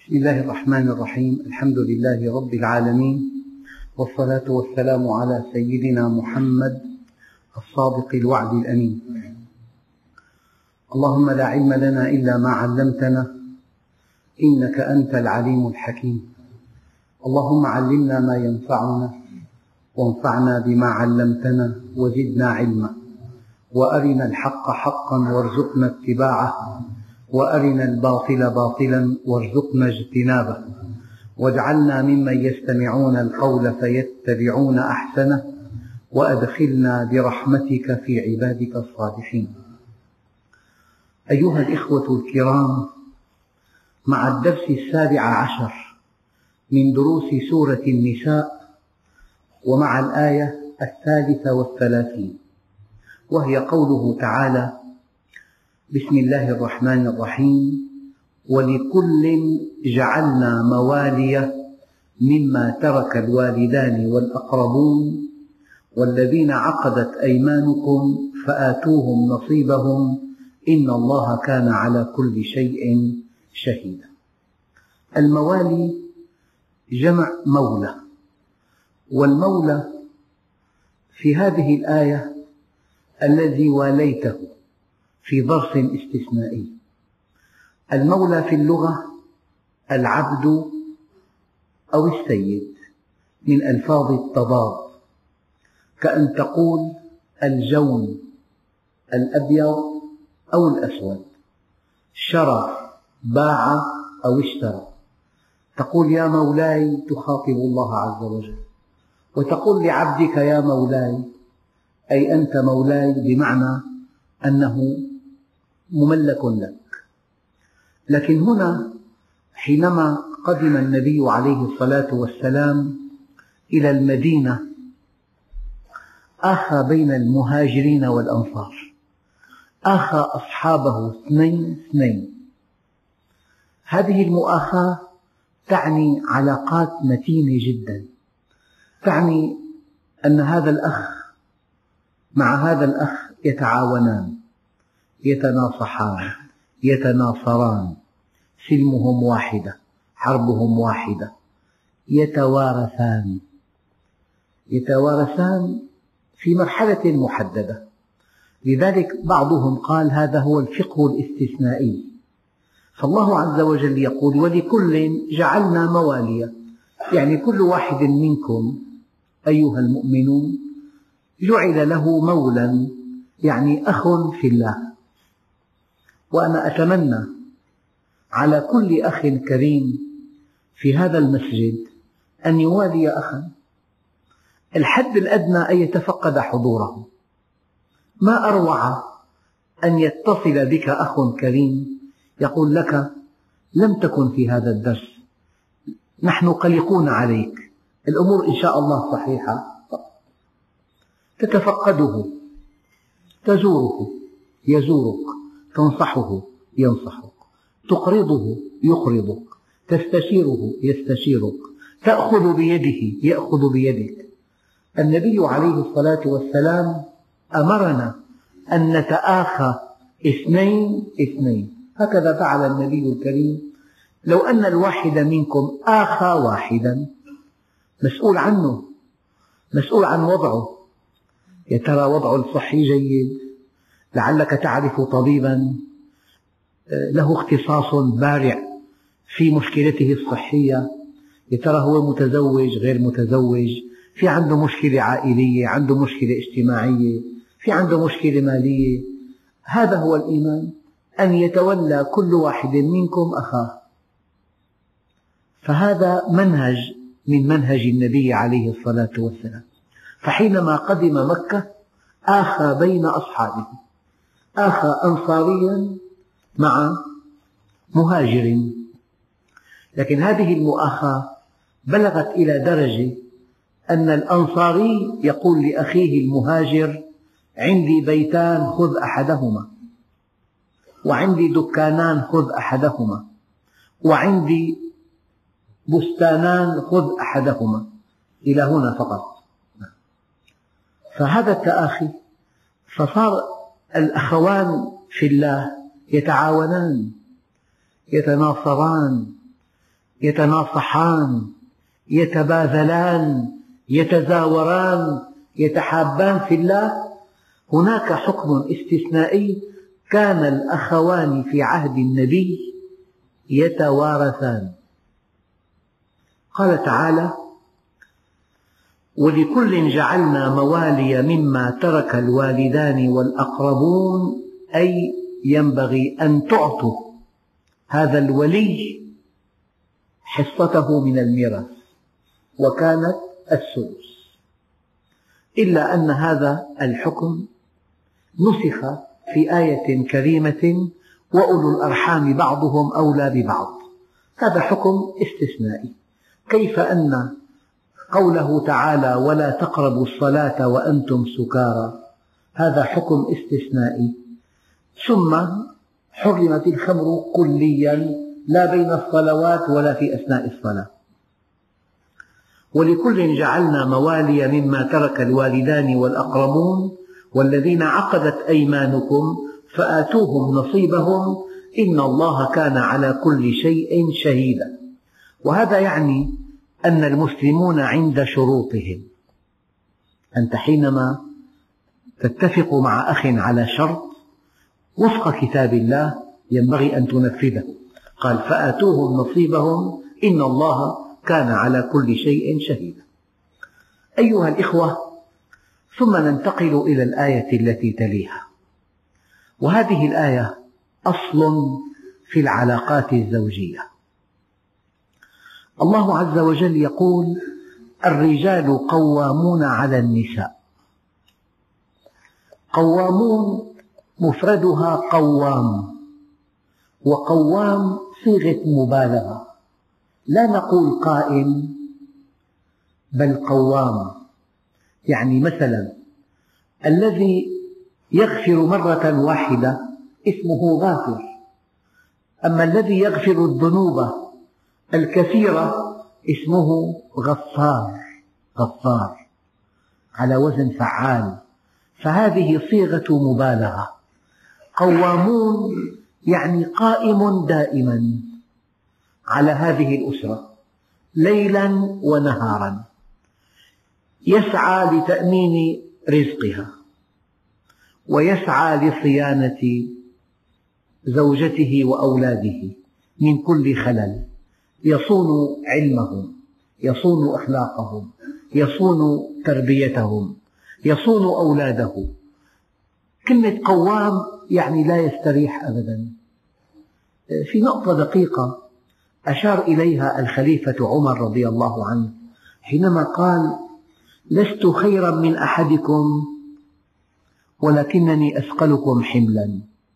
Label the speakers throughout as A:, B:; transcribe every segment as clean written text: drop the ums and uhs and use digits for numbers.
A: بسم الله الرحمن الرحيم. الحمد لله رب العالمين، والصلاة والسلام على سيدنا محمد الصادق الوعد الأمين. اللهم لا علم لنا إلا ما علمتنا إنك أنت العليم الحكيم. اللهم علمنا ما ينفعنا وانفعنا بما علمتنا وزدنا علما، وأرنا الحق حقا وارزقنا اتباعه، وأرنا الباطل باطلا وارزقنا اجتنابه، واجعلنا ممن يستمعون القول فيتبعون أحسنه، وأدخلنا برحمتك في عبادك الصالحين. أيها الإخوة الكرام، مع الدرس 17 من دروس سورة النساء، ومع الآية 33، وهي قوله تعالى: بسم الله الرحمن الرحيم: ولكل جعلنا موالي مما ترك الوالدان والأقربون والذين عقدت أيمانكم فآتوهم نصيبهم إن الله كان على كل شيء شهيدا. الموالي جمع مولى، والمولى في هذه الآية الذي واليته في ظرف استثنائي. المولى في اللغة العبد أو السيد من ألفاظ التضاد، كأن تقول الجون الأبيض أو الأسود، شرى باع أو اشترى. تقول يا مولاي تخاطب الله عز وجل، وتقول لعبدك يا مولاي، أي أنت مولاي بمعنى أنه مملك لك. لكن هنا حينما قدم النبي عليه الصلاة والسلام إلى المدينة آخى بين المهاجرين والأنصار، آخى أصحابه اثنين. هذه المؤاخاة تعني علاقات متينة جدا، تعني أن هذا الأخ مع هذا الأخ يتعاونان، يتناصحان، يتناصران، سلمهم واحدة، حربهم واحدة، يتوارثان في مرحلة محددة. لذلك بعضهم قال هذا هو الفقه الاستثنائي. فالله عز وجل يقول: ولكل جعلنا مواليا، يعني كل واحد منكم أيها المؤمنون جعل له مولى، يعني أخ في الله. وأنا أتمنى على كل أخ كريم في هذا المسجد أن يوالي أخا، الحد الأدنى أن يتفقد حضوره. ما أروع أن يتصل بك أخ كريم يقول لك: لم تكن في هذا الدرس، نحن قلقون عليك، الأمور إن شاء الله صحيحة. تتفقده، تزوره يزورك، تنصحه ينصحك، تقرضه يقرضك، تستشيره يستشيرك، تأخذ بيده يأخذ بيدك. النبي عليه الصلاة والسلام أمرنا أن نتآخى اثنين، هكذا فعل النبي الكريم. لو أن الواحد منكم آخى واحدا مسؤول عنه، مسؤول عن وضعه، يا ترى وضعه الصحي جيد؟ لعلك تعرف طبيبا له اختصاص بارع في مشكلته الصحية، يا ترى هو متزوج غير متزوج، في عنده مشكلة عائلية، عنده مشكلة اجتماعية، في عنده مشكلة مالية. هذا هو الإيمان، أن يتولى كل واحد منكم أخاه. فهذا منهج من منهج النبي عليه الصلاة والسلام. فحينما قدم مكة آخى بين أصحابه، آخى أنصاريا مع مهاجر. لكن هذه المؤاخاة بلغت إلى درجة أن الأنصاري يقول لأخيه المهاجر: عندي بيتان خذ أحدهما، وعندي دكانان خذ أحدهما، وعندي بستانان خذ أحدهما، إلى هنا فقط. فهذا التآخي، فصار الأخوان في الله يتعاونان، يتناصران، يتناصحان، يتباذلان، يتزاوران، يتحابان في الله. هناك حكم استثنائي: كان الأخوان في عهد النبي يتوارثان. قال تعالى: ولكل جعلنا موالي مما ترك الوالدان والأقربون، أي ينبغي أن تعطوا هذا الولي حصته من الميراث، وكانت السدس. إلا أن هذا الحكم نسخ في آية كريمة: وأولو الأرحام بعضهم أولى ببعض. هذا حكم استثنائي. كيف أن قوله تعالى: ولا تقربوا الصلاة وأنتم سكارى، هذا حكم استثنائي. ثم حرمت الخمر كليا، لا بين الصلوات ولا في أثناء الصلاة. ولكل جعلنا موالي مما ترك الوالدان والأقربون والذين عقدت أيمانكم فآتوهم نصيبهم إن الله كان على كل شيء شهيدا. وهذا يعني أن المسلمون عند شروطهم. أنت حينما تتفق مع أخ على شرط وفق كتاب الله ينبغي أن تنفذه. قال: فآتوهم نصيبهم إن الله كان على كل شيء شهيدا. أيها الإخوة، ثم ننتقل إلى الآية التي تليها، وهذه الآية أصل في العلاقات الزوجية. الله عز وجل يقول: الرجال قوامون على النساء. قوامون مفردها قوام، وقوام صيغة مبالغة، لا نقول قائم بل قوام. يعني مثلا الذي يغفر مرة واحدة اسمه غافر، أما الذي يغفر الذنوب الكثيرة اسمه غفار. غفار على وزن فعال، فهذه صيغة مبالغة. قوامون يعني قائم دائما على هذه الأسرة ليلا ونهارا، يسعى لتأمين رزقها، ويسعى لصيانة زوجته وأولاده من كل خلل، يصون علمهم، يصون أخلاقهم، يصون تربيتهم، يصون أولاده. كلمة قوام يعني لا يستريح أبدا. في نقطة دقيقة أشار إليها الخليفة عمر رضي الله عنه حينما قال: لست خيرا من أحدكم ولكنني أثقلكم حملا.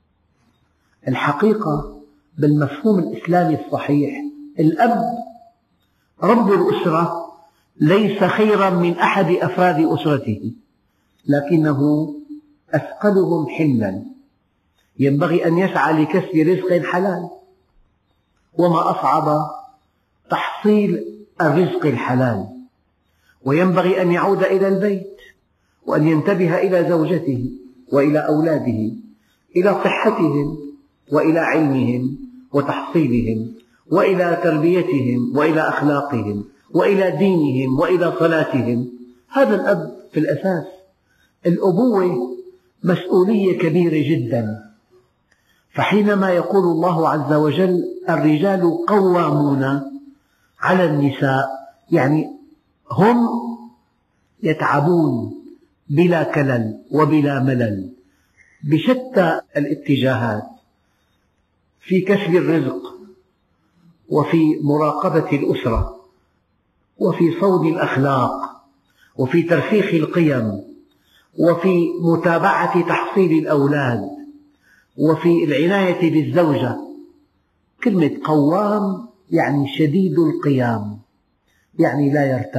A: الحقيقة بالمفهوم الإسلامي الصحيح الأب رب الأسرة ليس خيرا من أحد أفراد أسرته، لكنه أثقلهم حملا، ينبغي أن يسعى لكسب رزق حلال. وما أصعب تحصيل الرزق الحلال، وينبغي أن يعود إلى البيت وأن ينتبه إلى زوجته وإلى أولاده، إلى صحتهم وإلى علمهم وتحصيلهم وإلى تربيتهم وإلى أخلاقهم وإلى دينهم وإلى صلاتهم. هذا الأب في الأساس. الأبوة مسؤولية كبيرة جدا. فحينما يقول الله عز وجل: الرجال قوامون على النساء، يعني هم يتعبون بلا كلل وبلا ملل بشتى الاتجاهات في كسب الرزق، وفي مراقبة الأسرة، وفي صون الأخلاق، وفي ترسيخ القيم، وفي متابعة تحصيل الأولاد، وفي العناية بالزوجة. كلمة قوام يعني شديد القيام، يعني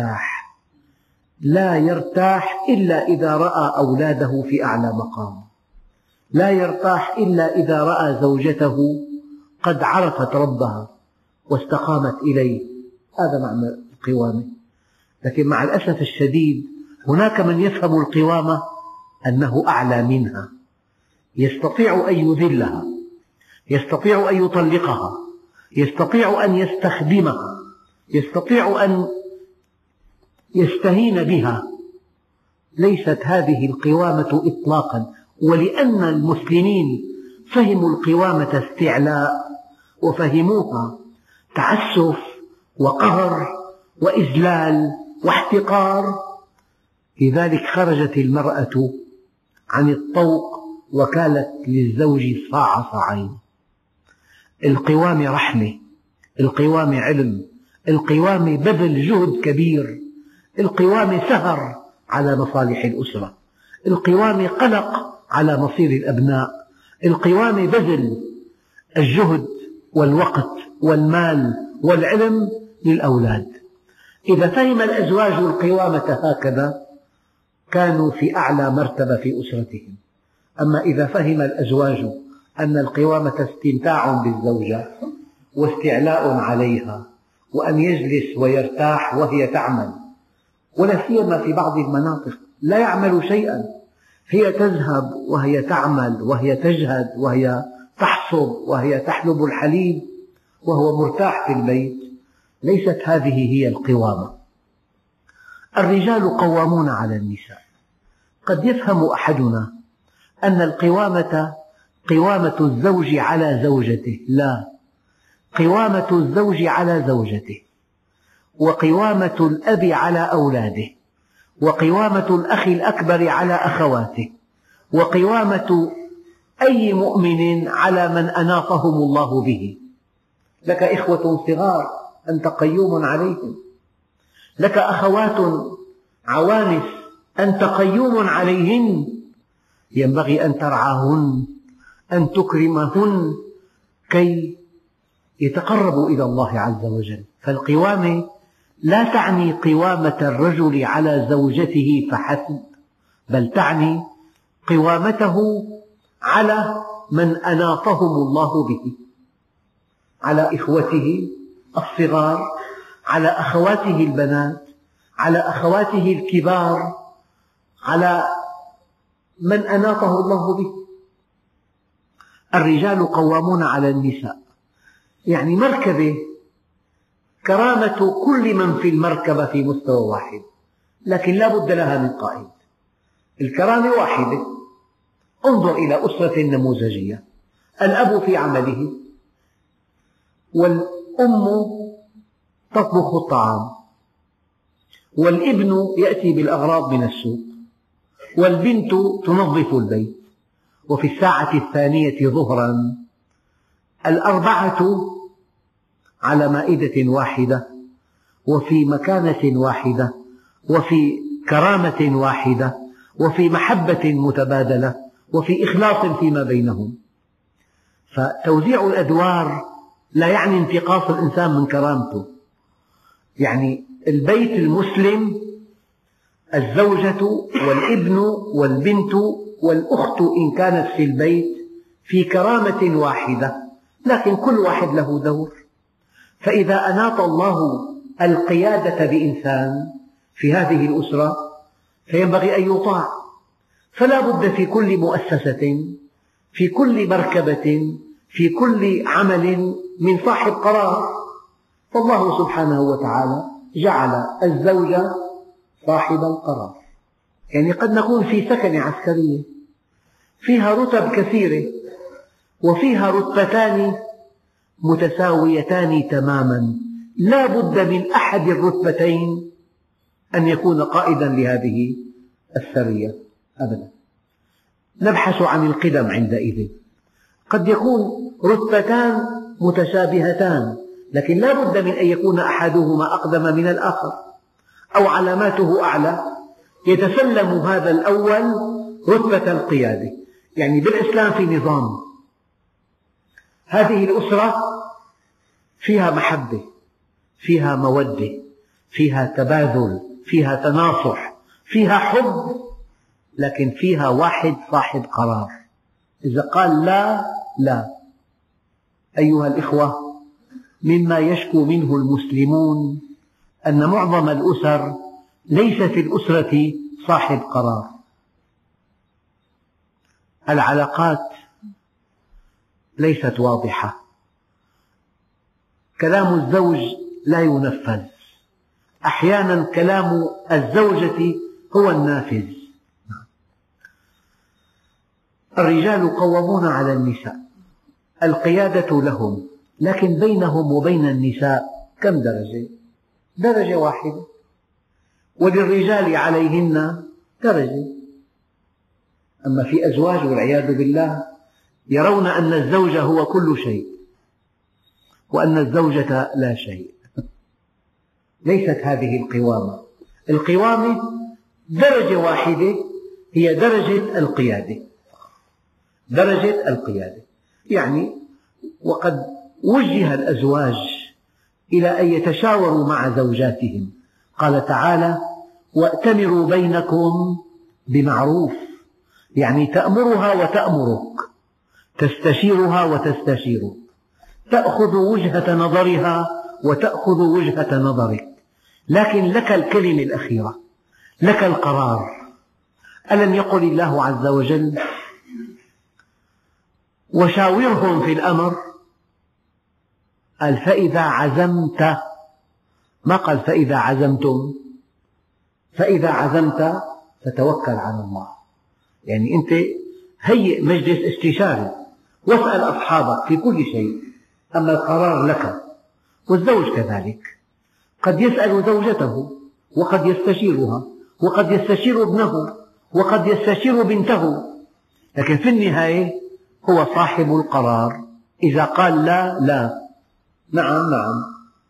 A: لا يرتاح إلا إذا رأى أولاده في أعلى مقام، لا يرتاح إلا إذا رأى زوجته قد عرفت ربها واستقامت إليه. هذا معنى القوامة. لكن مع الأسف الشديد هناك من يفهم القوامة أنه أعلى منها، يستطيع أن يذلها، يستطيع أن يطلقها، يستطيع أن يستخدمها، يستطيع أن يستهين بها. ليست هذه القوامة إطلاقا، ولأن المسلمين فهموا القوامة استعلاء وفهموها تعسف وقهر وإذلال واحتقار، لذلك خرجت المرأة عن الطوق وكالت للزوج صاع صاعين. القوامة رحمة، القوامة علم، القوامة بذل جهد كبير، القوامة سهر على مصالح الأسرة، القوامة قلق على مصير الأبناء، القوامة بذل الجهد والوقت والمال والعلم للأولاد. إذا فهم الأزواج القوامة هكذا كانوا في أعلى مرتبة في أسرتهم. أما إذا فهم الأزواج أن القوامة استمتاع بالزوجة واستعلاء عليها، وأن يجلس ويرتاح وهي تعمل، ولا سيما في بعض المناطق لا يعمل شيئا، هي تذهب وهي تعمل وهي تجهد وهي تحصد وهي تحلب الحليب وهو مرتاح في البيت، ليست هذه هي القوامة. الرجال قوامون على النساء. قد يفهم أحدنا أن القوامة قوامة الزوج على زوجته، لا، قوامة الزوج على زوجته، وقوامة الأب على أولاده، وقوامة الأخ الأكبر على أخواته، وقوامة أي مؤمن على من أناطهم الله به. لك إخوة صغار أنت قيوم عليهم، لك أخوات عوانس أنت قيوم عليهن، ينبغي أن ترعاهن، أن تكرمهن كي يتقربوا إلى الله عز وجل. فالقوامة لا تعني قوامة الرجل على زوجته فحسب، بل تعني قوامته على من أناطهم الله به، على إخوته الصغار، على أخواته البنات، على أخواته الكبار، على من أناطه الله به. الرجال قوامون على النساء، يعني مركبة كرامة كل من في المركبة في مستوى واحد، لكن لا بد لها من قائد. الكرامة واحدة. انظر إلى أسرة نموذجية، الأب في عمله، والأم تطبخ الطعام، والابن يأتي بالأغراض من السوق، والبنت تنظف البيت، وفي الساعة الثانية ظهرا الأربعة على مائدة واحدة، وفي مكانة واحدة، وفي كرامة واحدة، وفي محبة متبادلة، وفي إخلاص فيما بينهم. فتوزيع الأدوار لا يعني انتقاص الإنسان من كرامته. يعني البيت المسلم الزوجة والابن والبنت والأخت إن كانت في البيت في كرامة واحدة، لكن كل واحد له دور. فإذا أناط الله القيادة بإنسان في هذه الأسرة فينبغي أن يطاع. فلا بد في كل مؤسسة، في كل مركبة، في كل عمل من صاحب قرار. فالله سبحانه وتعالى جعل الزوج صاحب القرار. يعني قد نكون في سكنة عسكرية فيها رتب كثيرة، وفيها رتبتان متساويتان تماما، لا بد من أحد الرتبتين أن يكون قائدا لهذه السرية أبدا. نبحث عن القدم عندئذ. قد يكون رتبتان متشابهتان، لكن لا بد من أن يكون أحدهما أقدم من الآخر أو علاماته أعلى، يتسلم هذا الأول رتبة القيادة. يعني بالإسلام في نظام، هذه الأسرة فيها محبة، فيها مودة، فيها تباذل، فيها تناصح، فيها حب، لكن فيها واحد صاحب قرار. إذا قال لا لا. أيها الإخوة، مما يشكو منه المسلمون أن معظم الأسر ليس في الأسرة صاحب قرار. العلاقات ليست واضحة، كلام الزوج لا ينفذ، أحيانا كلام الزوجة هو النافذ. الرجال قوامون على النساء، القيادة لهم، لكن بينهم وبين النساء كم درجة؟ درجة واحدة، وللرجال عليهن درجة. أما في أزواج والعياذ بالله يرون أن الزوج هو كل شيء وأن الزوجة لا شيء. ليست هذه القوامة. القوامة درجة واحدة، هي درجة القيادة. درجة القيادة يعني وقد وجه الأزواج إلى أن يتشاوروا مع زوجاتهم. قال تعالى: وأتمروا بينكم بمعروف، يعني تأمرها وتأمرك، تستشيرها وتستشيرك، تأخذ وجهة نظرها وتأخذ وجهة نظرك، لكن لك الكلمة الأخيرة، لك القرار. ألم يقل الله عز وجل: وشاورهم في الأمر؟ قال: فإذا عزمت، ما قال فإذا عزمتم. فإذا عزمت فتوكل على الله، يعني أنت هيئ مجلس استشاري واسأل أصحابك في كل شيء، أما القرار لك. والزوج كذلك قد يسأل زوجته وقد يستشيرها وقد يستشير ابنه وقد يستشير بنته، لكن في النهاية هو صاحب القرار. إذا قال لا لا، نعم نعم.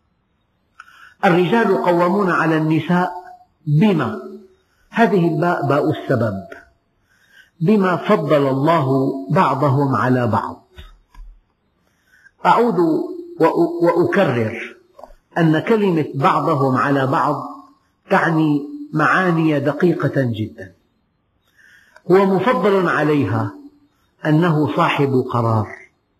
A: الرجال قوامون على النساء بما، هذه الباء باء السبب، بما فضل الله بعضهم على بعض. أعود وأكرر أن كلمة بعضهم على بعض تعني معاني دقيقة جدا. هو مفضل عليها أنه صاحب قرار،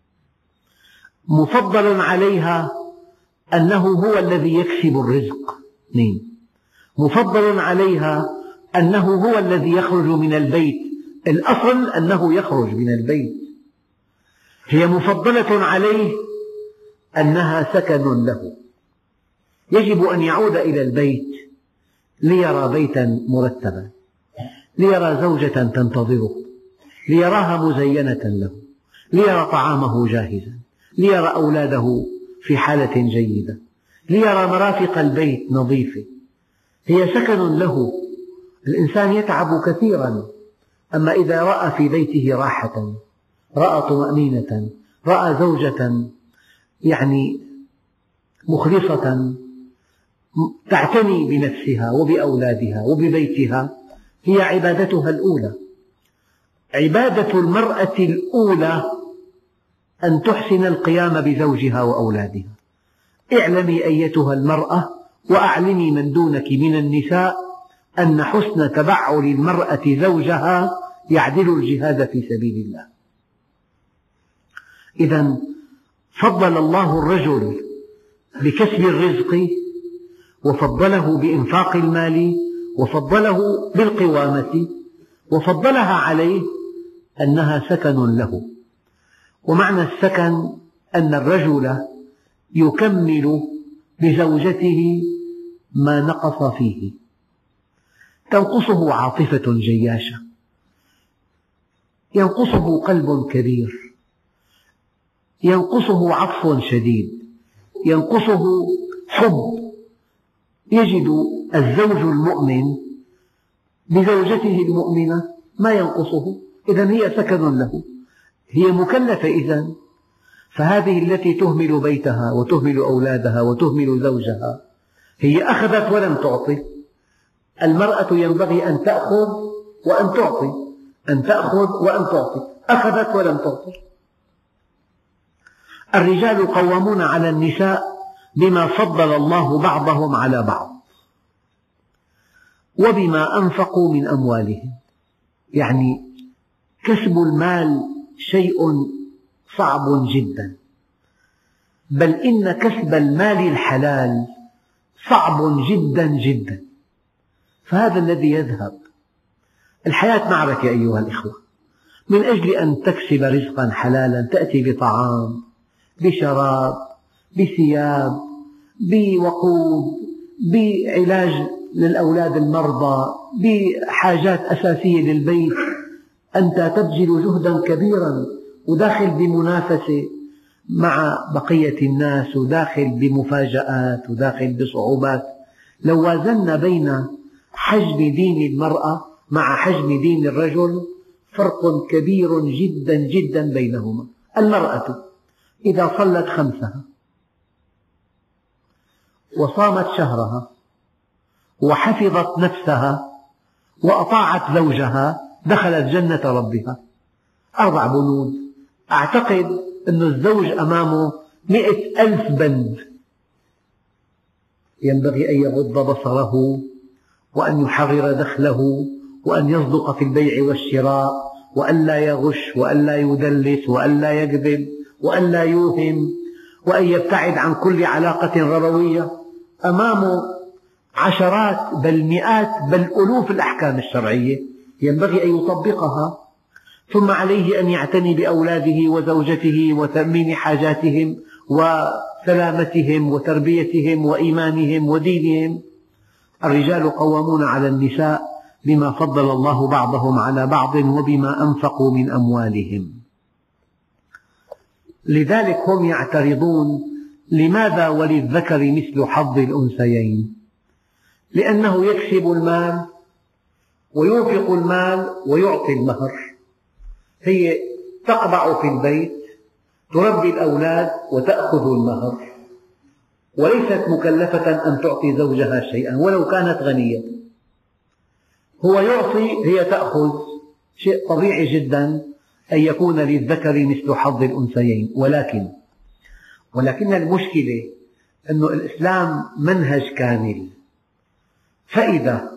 A: مفضل عليها أنه هو الذي يكسب الرزق، مفضل عليها أنه هو الذي يخرج من البيت، الأصل أنه يخرج من البيت. هي مفضلة عليه أنها سكن له، يجب أن يعود إلى البيت ليرى بيتا مرتبا، ليرى زوجة تنتظره، ليراها مزينة له، ليرى طعامه جاهزا، ليرى أولاده في حالة جيدة، ليرى مرافق البيت نظيفة. هي سكن له. الإنسان يتعب كثيرا، أما إذا رأى في بيته راحة، رأى طمأنينة، رأى زوجة يعني مخلصة تعتني بنفسها وبأولادها وببيتها، هي عبادتها الأولى. عبادة المرأة الأولى أن تحسن القيام بزوجها وأولادها. اعلمي أيتها المرأة وأعلمي من دونك من النساء أن حسن تبعل المرأة زوجها يعدل الجهاد في سبيل الله. إذا فضل الله الرجل بكسب الرزق، وفضله بإنفاق المال، وفضله بالقوامة، وفضلها عليه أنها سكن له. ومعنى السكن أن الرجل يكمل بزوجته ما نقص فيه. تنقصه عاطفة جياشة، ينقصه قلب كبير، ينقصه عطف شديد، ينقصه حب. يجد الزوج المؤمن بزوجته المؤمنة ما ينقصه، إذن هي سكن له، هي مكلفة إذن. فهذه التي تهمل بيتها وتهمل أولادها وتهمل زوجها هي أخذت ولم تعطي. المرأة ينبغي أن تأخذ وأن تعطي، أن تأخذ وأن تعطي، أخذت ولم تعطي. الرجال قوامون على النساء بما فضل الله بعضهم على بعض وبما أنفقوا من أموالهم. يعني كسب المال شيء صعب جدا، بل إن كسب المال الحلال صعب جدا جدا، فهذا الذي يذهب. الحياة معركة أيها الإخوة، من أجل أن تكسب رزقا حلالا تأتي بطعام، بشراب، بثياب، بوقود، بعلاج للأولاد المرضى، بحاجات أساسية للبيت، أنت تبذل جهدا كبيرا وداخل بمنافسة مع بقية الناس وداخل بمفاجآت وداخل بصعوبات. لو وازنا بين حجم دين المرأة مع حجم دين الرجل فرق كبير جدا جدا بينهما. المرأة إذا صلت خمسها وصامت شهرها وحفظت نفسها وأطاعت زوجها دخلت جنة ربها. 4 بنود. أعتقد أن الزوج أمامه 100,000 بند. ينبغي أن يغض بصره وأن يحرر دخله وأن يصدق في البيع والشراء وأن لا يغش وأن لا يدلس وأن لا يكذب وأن لا يوهم وأن يبتعد عن كل علاقة ربوية. أمامه عشرات بل مئات بل ألوف الأحكام الشرعية ينبغي أن يطبقها. ثم عليه أن يعتني بأولاده وزوجته وتأمين حاجاتهم وسلامتهم وتربيتهم وإيمانهم ودينهم. الرجال قوامون على النساء بما فضل الله بعضهم على بعض وبما أنفقوا من أموالهم. لذلك هم يعترضون: لماذا وللذكر مثل حظ الأنثيين؟ لأنه يكسب المال وينفق المال ويعطي المهر. هي تقبع في البيت تربي الأولاد وتأخذ المهر، وليست مكلفة أن تعطي زوجها شيئا ولو كانت غنية. هو يعطي هي تأخذ. شيء طبيعي جدا أن يكون للذكر مثل حظ الأنثيين. ولكن المشكلة أن الإسلام منهج كامل. فإذا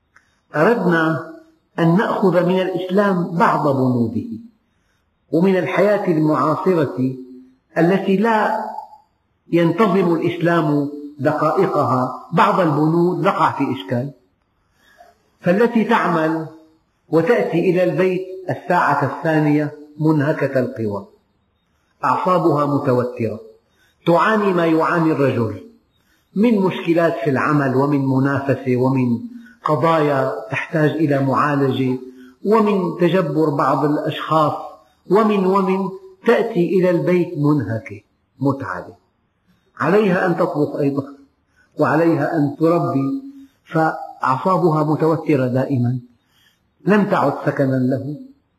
A: أردنا أن نأخذ من الإسلام بعض بنوده ومن الحياة المعاصرة التي لا ينتظم الإسلام دقائقها بعض البنود نقع في إشكال. فالتي تعمل وتأتي إلى البيت 2:00 منهكة القوى، أعصابها متوترة، تعاني ما يعاني الرجل من مشكلات في العمل ومن منافسة ومن قضايا تحتاج إلى معالجة ومن تجبر بعض الأشخاص ومن تأتي إلى البيت منهكة متعبة. عليها أن تطبخ أيضا وعليها أن تربي، فأعصابها متوترة دائما، لم تعد سكنا له.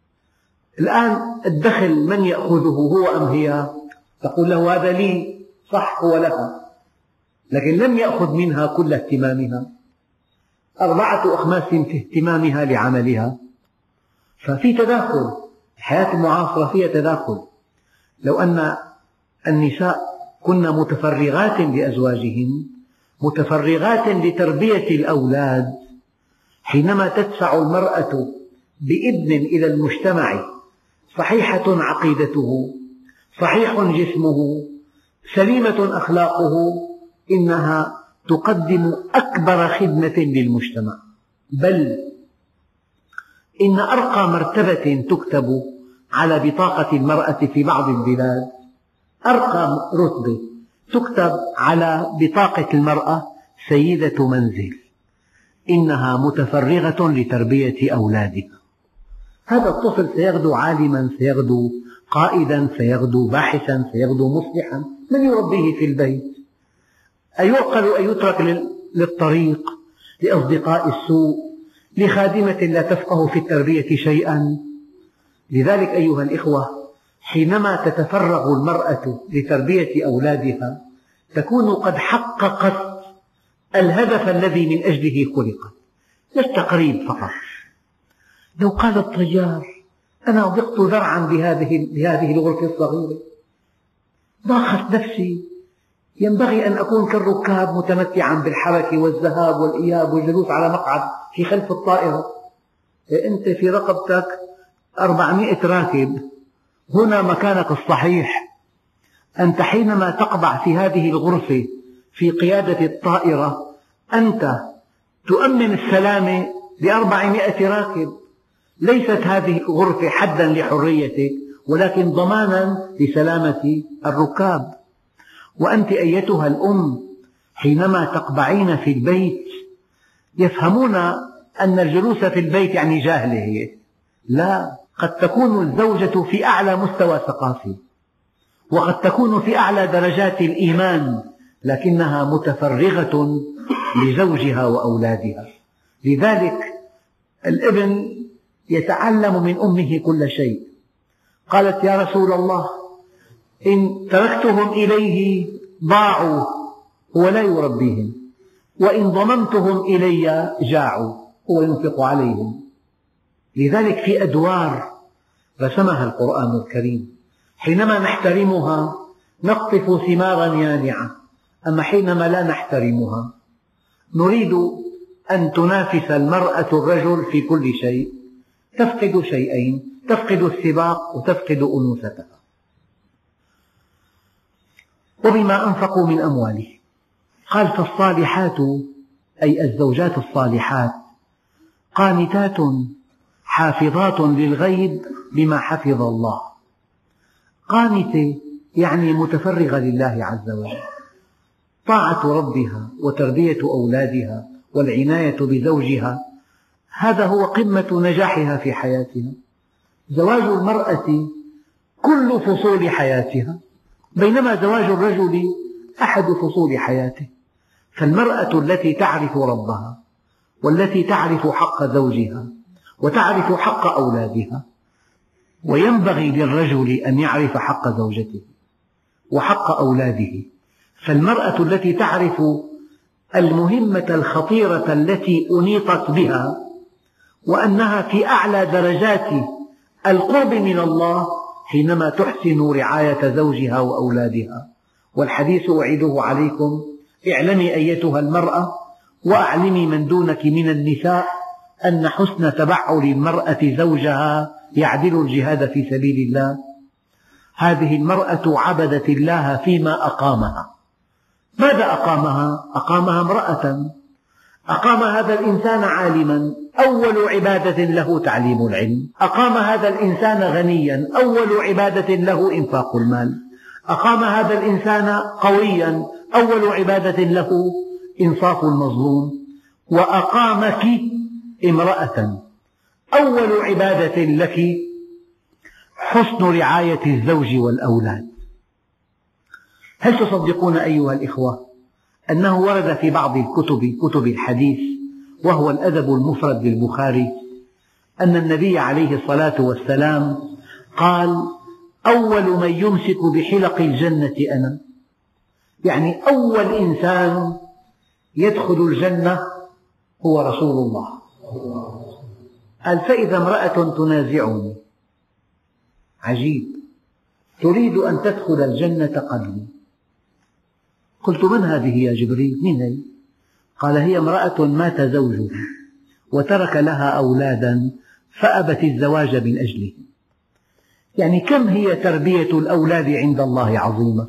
A: الآن الدخل من يأخذه، هو أم هي؟ تقول له هذا لي، صح هو لها، لكن لم يأخذ منها كل اهتمامها، 4/5 في اهتمامها لعملها. ففي تداخل، الحياة المعاصرة فيها تداخل. لو أن النساء كن متفرغات لأزواجهن، متفرغات لتربية الأولاد، حينما تدفع المرأة بابن إلى المجتمع صحيحة عقيدته، صحيح جسمه، سليمة أخلاقه، إنها تقدم أكبر خدمة للمجتمع. بل إن أرقى مرتبة تكتب على بطاقة المرأة في بعض البلاد، أرقى رتبة تكتب على بطاقة المرأة سيدة منزل، إنها متفرغة لتربية أولادها. هذا الطفل سيغدو عالما، سيغدو قائدا، سيغدو باحثا، سيغدو مصلحا. من يربيه في البيت؟ أيعقل أن يترك للطريق، لأصدقاء السوء، لخادمة لا تفقه في التربية شيئا؟ لذلك أيها الإخوة، حينما تتفرغ المرأة لتربية أولادها تكون قد حققت الهدف الذي من أجله خلقت. للتقريب فقط. لو قال الطيار: أنا ضقت ذرعا بهذه الغرفة الصغيرة، ضاقت نفسي، ينبغي أن أكون كالركاب متمتعا بالحركة والذهاب والإياب والجلوس على مقعد في خلف الطائرة. أنت في رقبتك 400 راكب، هنا مكانك الصحيح. أنت حينما تقبع في هذه الغرفة في قيادة الطائرة، أنت تؤمن السلامة ل400 راكب. ليست هذه الغرفة حدا لحريتك، ولكن ضمانا لسلامة الركاب. وأنت أيتها الأم حينما تقبعين في البيت يفهمون أن الجلوس في البيت يعني جاهلة هي، لا، قد تكون الزوجة في أعلى مستوى ثقافي، وقد تكون في أعلى درجات الإيمان، لكنها متفرغة لزوجها وأولادها. لذلك الابن يتعلم من أمه كل شيء. قالت: يا رسول الله، إن تركتهم إليه ضاعوا، هو لا يربيهم، وإن ضممتهم إلي جاعوا، هو ينفق عليهم. لذلك في أدوار رسمها القرآن الكريم، حينما نحترمها نقطف ثمارا يانعة، أما حينما لا نحترمها نريد أن تنافس المرأة الرجل في كل شيء، تفقد شيئين: تفقد السباق وتفقد أنوثتها. وبما أنفقوا من أموالهم. قال: فالصالحات أي الزوجات الصالحات قانتات حافظات للغيب بما حفظ الله. قانتة يعني متفرغة لله عز وجل، طاعة ربها وتربية أولادها والعناية بزوجها، هذا هو قمة نجاحها في حياتها. زواج المرأة كل فصول حياتها، بينما زواج الرجل أحد فصول حياته. فالمرأة التي تعرف ربها، والتي تعرف حق زوجها وتعرف حق أولادها، وينبغي للرجل أن يعرف حق زوجته وحق أولاده. فالمرأة التي تعرف المهمة الخطيرة التي أنيطت بها، وأنها في أعلى درجات القرب من الله حينما تحسن رعاية زوجها وأولادها. والحديث أعيده عليكم: اعلمي أيتها المرأة وأعلمي من دونك من النساء أن حسن تبعل المرأة زوجها يعدل الجهاد في سبيل الله. هذه المرأة عبدت الله فيما أقامها. ماذا أقامها؟ أقامها امرأة، أقام هذا الإنسان عالما، أول عبادة له تعليم العلم. أقام هذا الإنسان غنيا، أول عبادة له إنفاق المال. أقام هذا الإنسان قويا، أول عبادة له إنصاف المظلوم. وأقامك امرأة، أول عبادة لك حسن رعاية الزوج والأولاد. هل تصدقون أيها الإخوة أنه ورد في بعض كتب الحديث، وهو الأدب المفرد للبخاري، أن النبي عليه الصلاة والسلام قال: أول من يمسك بحلق الجنة أنا. يعني أول إنسان يدخل الجنة هو رسول الله. قال: فإذا امرأة تنازعني، عجيب، تريد أن تدخل الجنة قبلي. قلت: من هذه يا جبريل؟ من هي؟ قال: هي امرأة مات زوجها وترك لها أولادا فأبت الزواج من أجله. يعني كم هي تربية الأولاد عند الله عظيمة.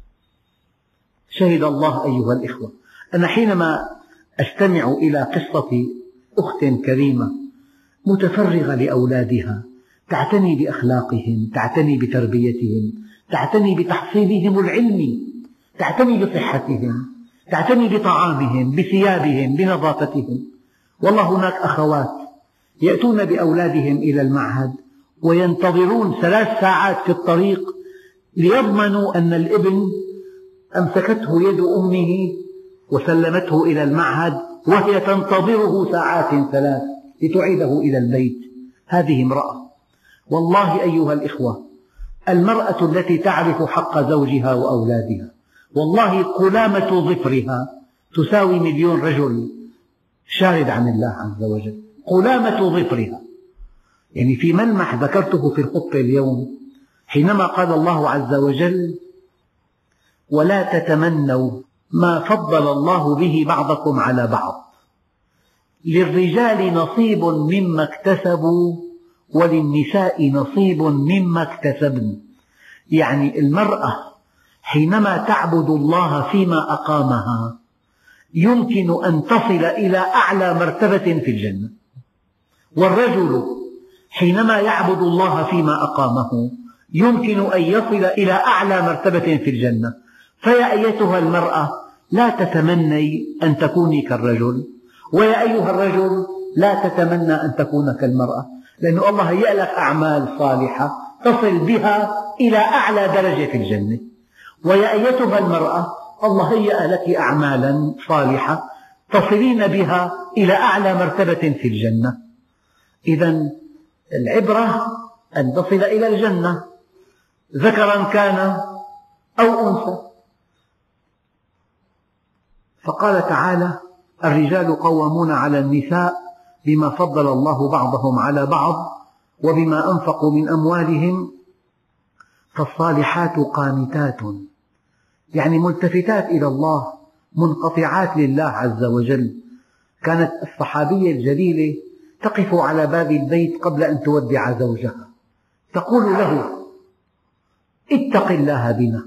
A: شهد الله أيها الإخوة، أنا حينما أستمع إلى قصة أخت كريمة متفرغة لأولادها، تعتني بأخلاقهم، تعتني بتربيتهم، تعتني بتحصيلهم العلمي، تعتني بصحتهم، تعتني بطعامهم، بثيابهم، بنظافتهم. والله هناك أخوات يأتون بأولادهم إلى المعهد وينتظرون 3 ساعات في الطريق ليضمنوا أن الابن أمسكته يد أمه وسلمته إلى المعهد، وهي تنتظره ساعات 3 لتعيده إلى البيت. هذه امرأة. والله أيها الإخوة، المرأة التي تعرف حق زوجها وأولادها، والله قلامة ظفرها تساوي 1,000,000 رجل شارد عن الله عز وجل. قلامة ظفرها. يعني في ملمح ذكرته في الخطبة اليوم، حينما قال الله عز وجل: ولا تتمنوا ما فضل الله به بعضكم على بعض، للرجال نصيب مما اكتسبوا وللنساء نصيب مما اكتسبن. يعني المرأة حينما تعبد الله فيما أقامها يمكن أن تصل إلى أعلى مرتبة في الجنة، والرجل حينما يعبد الله فيما أقامه يمكن أن يصل إلى أعلى مرتبة في الجنة. فيا أيتها المرأة، لا تتمني أن تكوني كالرجل، ويا أيها الرجل لا تتمنى أن تكون كالمرأة، لأن الله هيأ لك أعمال صالحة تصل بها إلى أعلى درجة في الجنة. ويا أيتها المرأة الله هيأ لك أعمالا صالحة تصلين بها إلى أعلى مرتبة في الجنة. إذا العبرة أن تصل إلى الجنة، ذكرا كان أو أنثى. فقال تعالى: الرجال قوامون على النساء بما فضل الله بعضهم على بعض وبما أنفقوا من أموالهم. فالصالحات قانتات، يعني ملتفتات إلى الله، منقطعات لله عز وجل. كانت الصحابية الجليلة تقف على باب البيت قبل أن تودع زوجها، تقول له: اتق الله بنا،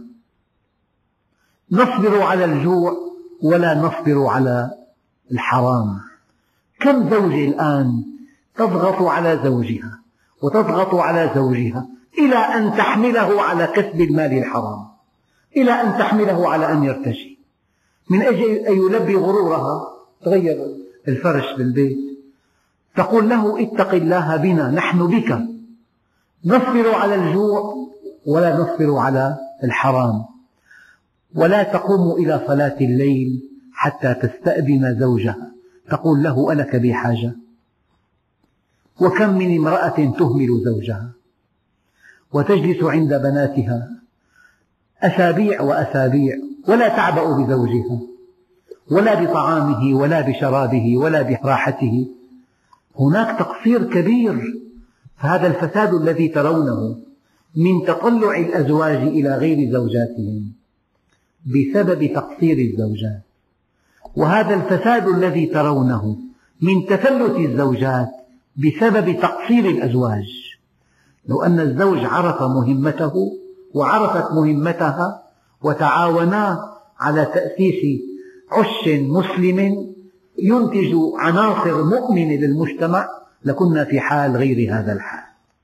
A: نصبر على الجوع ولا نصبر على الحرام. كم زوجة الآن تضغط على زوجها وتضغط على زوجها إلى أن تحمله على كسب المال الحرام، إلى أن تحمله على أن يرتشي، من أجل أن يلبي غرورها تغير الفرش بالبيت. تقول له: اتق الله بنا، نحن بك، نصبر على الجوع ولا نصبر على الحرام. ولا تقوم إلى صلاة الليل حتى تستأذن زوجها، تقول له: ألك بي حاجة؟ وكم من امرأة تهمل زوجها وتجلس عند بناتها أسابيع وأسابيع ولا تعبأ بزوجها ولا بطعامه ولا بشرابه ولا براحته. هناك تقصير كبير. فهذا الفساد الذي ترونه من تطلع الأزواج إلى غير زوجاتهم بسبب تقصير الزوجات، وهذا الفساد الذي ترونه من تفلت الزوجات بسبب تقصير الأزواج. لو أن الزوج عرف مهمته وعرفت مهمتها وتعاونا على تأسيس عش مسلم ينتج عناصر مؤمنة للمجتمع لكنا في حال غير هذا الحال.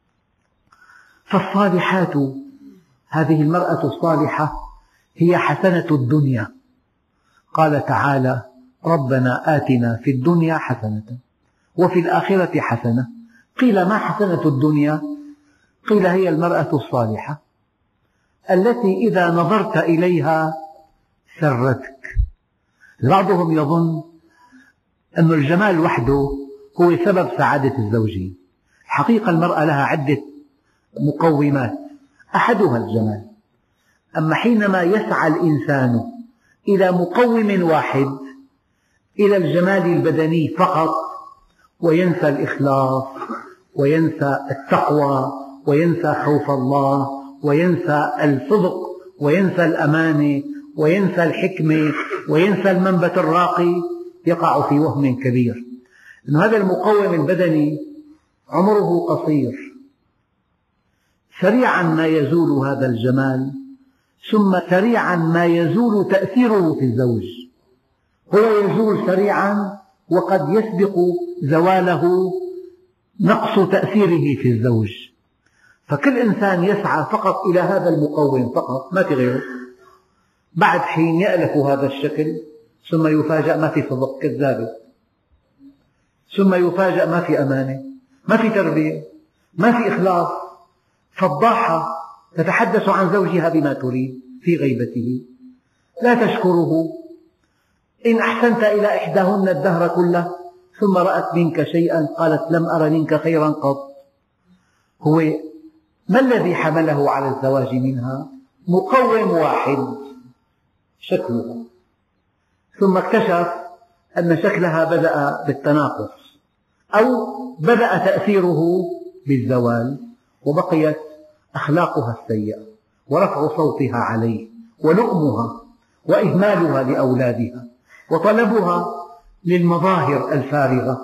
A: فالصالحات، هذه المرأة الصالحة هي حسنة الدنيا. قال تعالى: ربنا آتنا في الدنيا حسنة وفي الآخرة حسنة. قيل: ما حسنة الدنيا؟ قيل: هي المرأة الصالحة التي إذا نظرت إليها سرتك. بعضهم يظن أن الجمال وحده هو سبب سعادة الزوجين. الحقيقة المرأة لها عدة مقومات، أحدها الجمال. أما حينما يسعى الإنسان إلى مقوم واحد، إلى الجمال البدني فقط، وينسى الإخلاص وينسى التقوى وينسى خوف الله وينسى الصدق وينسى الأمانة وينسى الحكمة وينسى المنبت الراقي، يقع في وهم كبير. إن هذا المقوم البدني عمره قصير، سريعا ما يزول هذا الجمال، ثم سريعا ما يزول تأثيره في الزوج. هو يزول سريعا وقد يسبق زواله نقص تأثيره في الزوج. فكل إنسان يسعى فقط إلى هذا المقوم فقط، ما في غيره. بعد حين يألف هذا الشكل، ثم يفاجأ ما في صدق، كذابة، ثم يفاجأ ما في أمانة، ما في تربية، ما في إخلاص، فضاحة تتحدث عن زوجها بما تريد في غيبته، لا تشكره. إن أحسنت إلى إحداهن الدهر كله ثم رأت منك شيئا قالت: لم أر منك خيرا قط. هو ما الذي حمله على الزواج منها؟ مقوم واحد، شكلها. ثم اكتشف أن شكلها بدأ بالتناقص أو بدأ تأثيره بالزوال، وبقيت أخلاقها السيئة ورفع صوتها عليه ولؤمها وإهمالها لأولادها وطلبها للمظاهر الفارغة.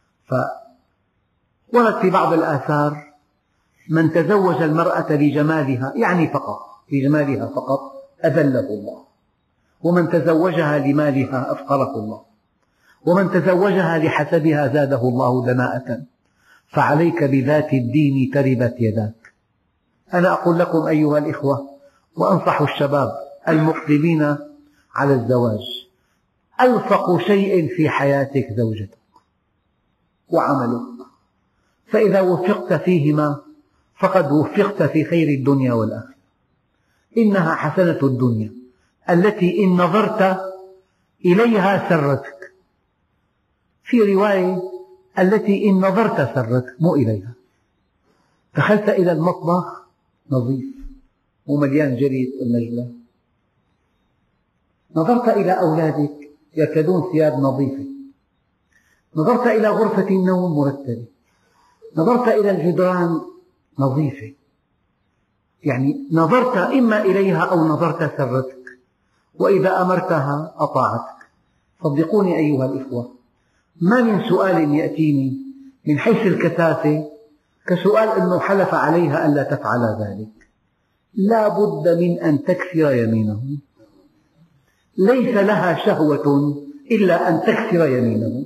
A: فورد في بعض الآثار: من تزوج المرأة لجمالها، يعني فقط لجمالها فقط، أذله الله، ومن تزوجها لمالها أفقره الله، ومن تزوجها لحسبها زاده الله دناءة. فعليك بذات الدين تربت يداك. أنا أقول لكم أيها الإخوة، وأنصح الشباب المقبلين على الزواج. ألصق شيء في حياتك زوجتك وعملك، فإذا وفقت فيهما فقد وفقت في خير الدنيا والآخرة. إنها حسنة الدنيا التي إن نظرت إليها سرتك، في رواية التي إن نظرت سرتك مو إليها. دخلت إلى المطبخ نظيف ومليان جري والنجلة، نظرت إلى أولادك يرتدون ثياب نظيفة، نظرت إلى غرفة النوم مرتبة، نظرت إلى الجدران نظيفة، يعني نظرت إما إليها أو نظرت سرتك، وإذا أمرتها أطاعتك. صدقوني أيها الإخوة، ما من سؤال يأتيني من حيث الكثافة كسؤال أنه حلف عليها ألا تفعل ذلك. لا بد من أن تكسر يمينه، ليس لها شهوة إلا أن تكسر يمينه،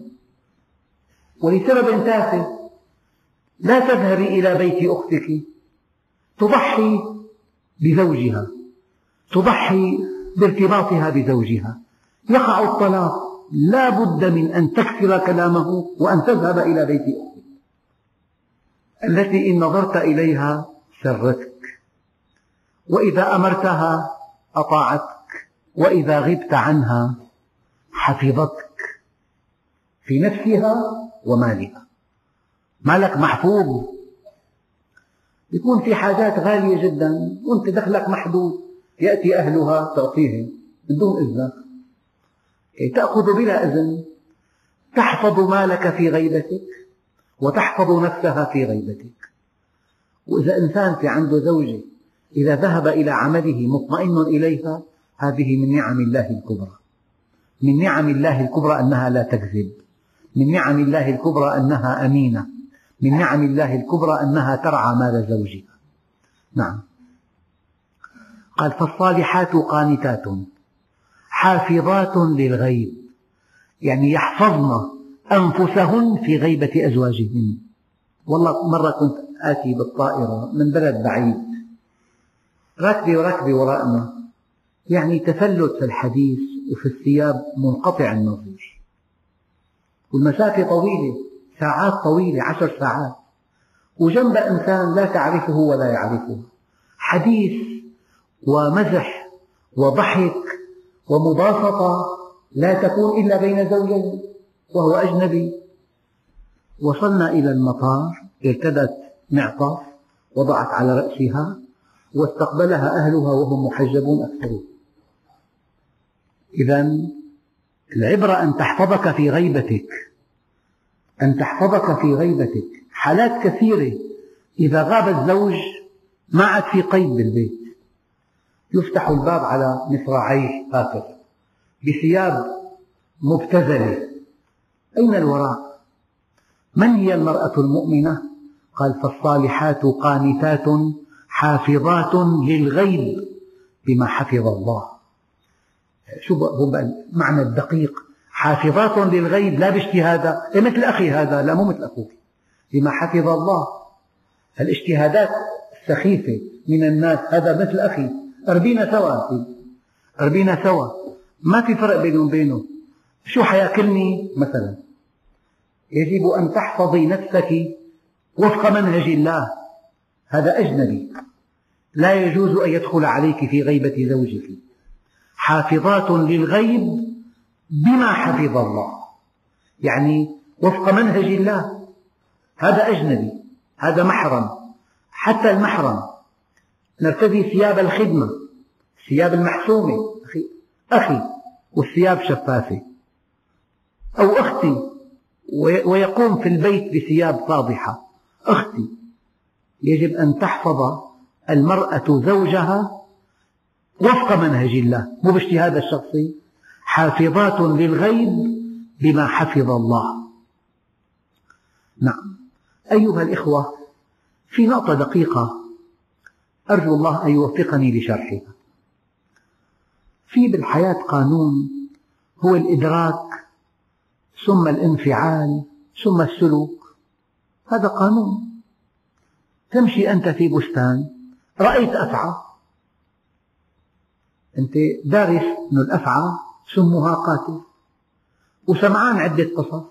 A: ولسبب تافه. لا تذهبي إلى بيت أختك تضحي بزوجها، تضحي بارتباطها بزوجها، يقع الطلاق، لا بد من أن تكسر كلامه وأن تذهب إلى بيت أختك التي إن نظرت إليها سرتك، وإذا أمرتها أطاعتك، وإذا غبت عنها حفظتك في نفسها ومالها. مالك محفوظ. يكون في حاجات غالية جدا وأنت دخلك محدود، يأتي أهلها تعطيهم من دون إذنك، تأخذ بلا إذن، تحفظ مالك في غيبتك وتحفظ نفسها في غيبتك. وإذا إنسان في عنده زوجة إذا ذهب إلى عمله مطمئن إليها، هذه من نعم الله الكبرى. من نعم الله الكبرى أنها لا تكذب، من نعم الله الكبرى أنها أمينة، من نعم الله الكبرى أنها ترعى مال زوجها. نعم. قال فالصالحات قانتات حافظات للغيب، يعني يحفظن أنفسهن في غيبة أزواجهن. والله مرة كنت آتي بالطائرة من بلد بعيد، راكبة وراءنا، يعني تفلت في الحديث وفي الثياب منقطع النظير، والمسافة طويلة، ساعات طويلة 10 ساعات، وجنب إنسان لا تعرفه ولا يعرفه، حديث ومزح وضحك ومباسطة لا تكون إلا بين زوجين وهو أجنبي. وصلنا إلى المطار، ارتدت معطف وضعت على رأسها واستقبلها أهلها وهم محجبون أكثرون. إذن العبرة أن تحفظك في غيبتك، أن تحفظك في غيبتك. حالات كثيرة إذا غاب الزوج ما عاد في قيد بالبيت، يفتح الباب على مصراعيه هكذا بثياب مبتذلة. أين الوراء؟ من هي المرأة المؤمنة؟ قال فالصالحات قانتات حافظات للغيب بما حفظ الله. شو هو المعنى الدقيق؟ حافظات للغيب لا باجتهادها، مثل أخي هذا، لا مو مثل أخوك، بما حفظ الله. الاجتهادات السخيفة من الناس، هذا مثل أخي، أربينا سوا، أربينا سوا، ما في فرق بيني وبينه. شو حياكلني مثلا؟ يجب أن تحفظي نفسك وفق منهج الله، هذا أجنبي لا يجوز أن يدخل عليك في غيبة زوجك. حافظات للغيب بما حفظ الله، يعني وفق منهج الله. هذا أجنبي، هذا محرم. حتى المحرم نرتدي ثياب الخدمة، الثياب المحسومة، أخي والثياب شفافة، أو أختي ويقوم في البيت بثياب فاضحة، أختي. يجب أن تحفظ المرأة زوجها وفق منهج الله، مو باجتهاد الشخصي. حافظات للغيب بما حفظ الله. نعم. أيها الإخوة، في نقطة دقيقة أرجو الله أن يوفقني لشرحها. في بالحياة قانون هو الإدراك ثم الانفعال ثم السلوك. هذا قانون. تمشي أنت في بستان، رأيت أفعى، أنت دارس أن الأفعى سمها قاتل وسمعان عدة قصص،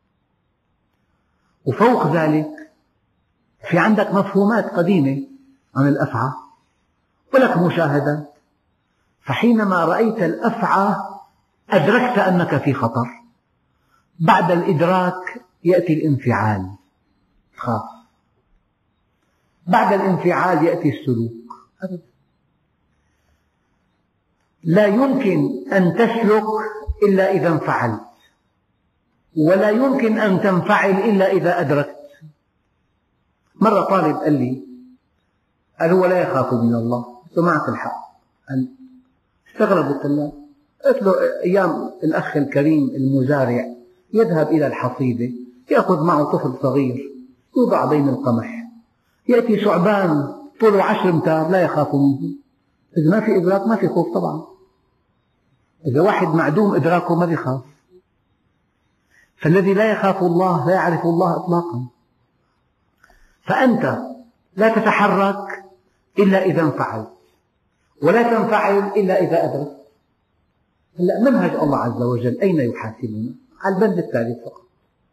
A: وفوق ذلك في عندك مفهومات قديمة عن الأفعى ولك مشاهدات، فحينما رأيت الأفعى أدركت أنك في خطر. بعد الإدراك يأتي الانفعال، خاف. بعد الانفعال يأتي السلوك. أبدا لا يمكن أن تسلك إلا إذا انفعلت، ولا يمكن أن تنفعل إلا إذا أدركت. مرة طالب قال لي، قال هو لا يخاف من الله، قلت له معك الحق. استغربوا الطلاب، قلت له أيام الأخ الكريم المزارع يذهب إلى الحصيدة يأخذ معه طفل صغير يوضع بين القمح، يأتي ثعبان طوله 10 أمتار لا يخاف منه. إذا ما في إدراك ما في خوف طبعا. إذا واحد معدوم إدراكه ما بيخاف. فالذي لا يخاف الله لا يعرف الله إطلاقا. فأنت لا تتحرك إلا إذا انفعلت، ولا تنفعل إلا إذا أدركت. هلأ منهج الله عز وجل أين يحاسبنا؟ على البند الثالث فقط.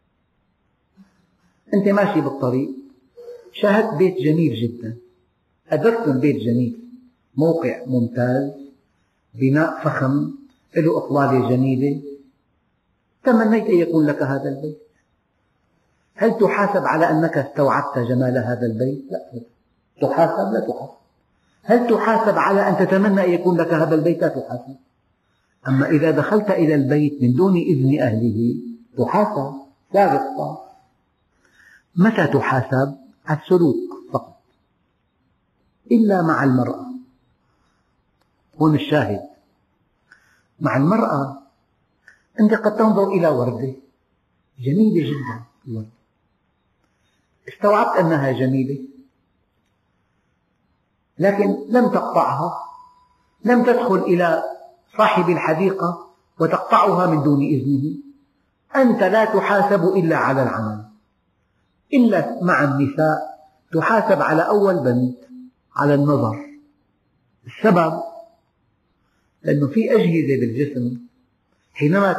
A: أنت ماشي بالطريق شاهدت بيت جميل جدا، أدركت البيت جميل، موقع ممتاز، بناء فخم، له إطلالة جميلة، تمنيت أن يكون لك هذا البيت. هل تحاسب على أنك استوعبت جمال هذا البيت؟ لا تحاسب، لا تحاسب. هل تحاسب على أن تتمنى أن يكون لك هذا البيت؟ لا تحاسب. أما إذا دخلت إلى البيت من دون إذن أهله تحاسب، سابق صار. متى تحاسب؟ على السلوك فقط، إلا مع المرأة. هون الشاهد، مع المرأة أنت قد تنظر إلى وردة جميلة جدا، استوعبت أنها جميلة، لكن لم تقطعها، لم تدخل إلى صاحب الحديقة وتقطعها من دون إذنه. أنت لا تحاسب إلا على العمل. إلا مع النساء تحاسب على أول بند، على النظر. السبب لأنه في أجهزة بالجسم حينما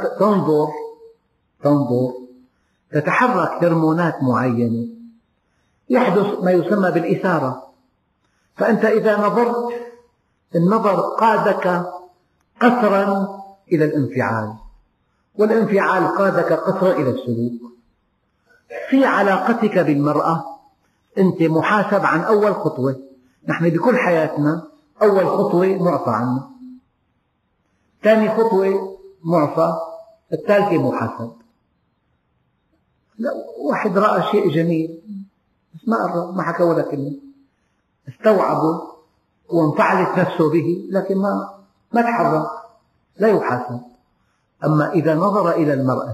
A: تنظر تتحرك هرمونات معينة، يحدث ما يسمى بالإثارة. فأنت إذا نظرت النظر قادك قسرا إلى الانفعال، والانفعال قادك قسرا إلى السلوك. في علاقتك بالمرأة أنت محاسب عن أول خطوة. نحن بكل حياتنا أول خطوة معفى عنها، ثاني خطوة معفى، الثالثة محاسب. لا، واحد رأى شيء جميل بس ما قرب، ما حكى ولا كلمة، استوعبه وانفعلت نفسه به، لكن ما تحرك، لا يحاسب. أما إذا نظر إلى المرأة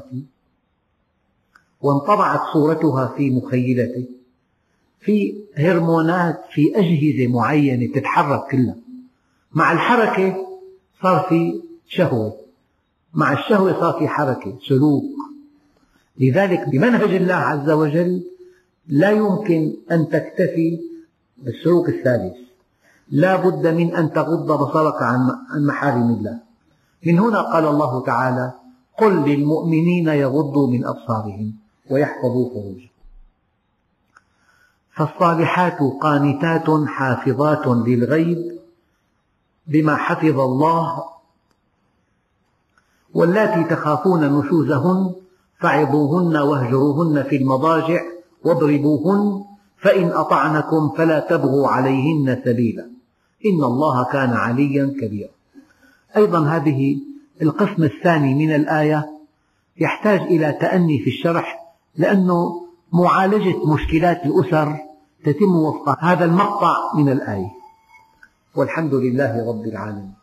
A: وانطبعت صورتها في مخيلته، في هرمونات، في أجهزة معينة تتحرك كلها. مع الحركة صار في شهوة، مع الشهوة صار في حركة، سلوك. لذلك بمنهج الله عز وجل لا يمكن أن تكتفي بالسلوك الثالث، لا بد من أن تغض بصرك عن محارم الله. من هنا قال الله تعالى: قل للمؤمنين يغضوا من أبصارهم ويحفظوا فروجهم. فالصالحات قانتات حافظات للغيب بما حفظ الله، واللاتي تخافون نشوزهن فعظوهن واهجروهن في المضاجع واضربوهن، فإن أطعنكم فلا تبغوا عليهن سبيلا إن الله كان عليا كبيرا. أيضا هذه القسم الثاني من الآية يحتاج إلى تأني في الشرح، لأنه معالجة مشكلات الأسر تتم وفق هذا المقطع من الآية. والحمد لله رب العالمين.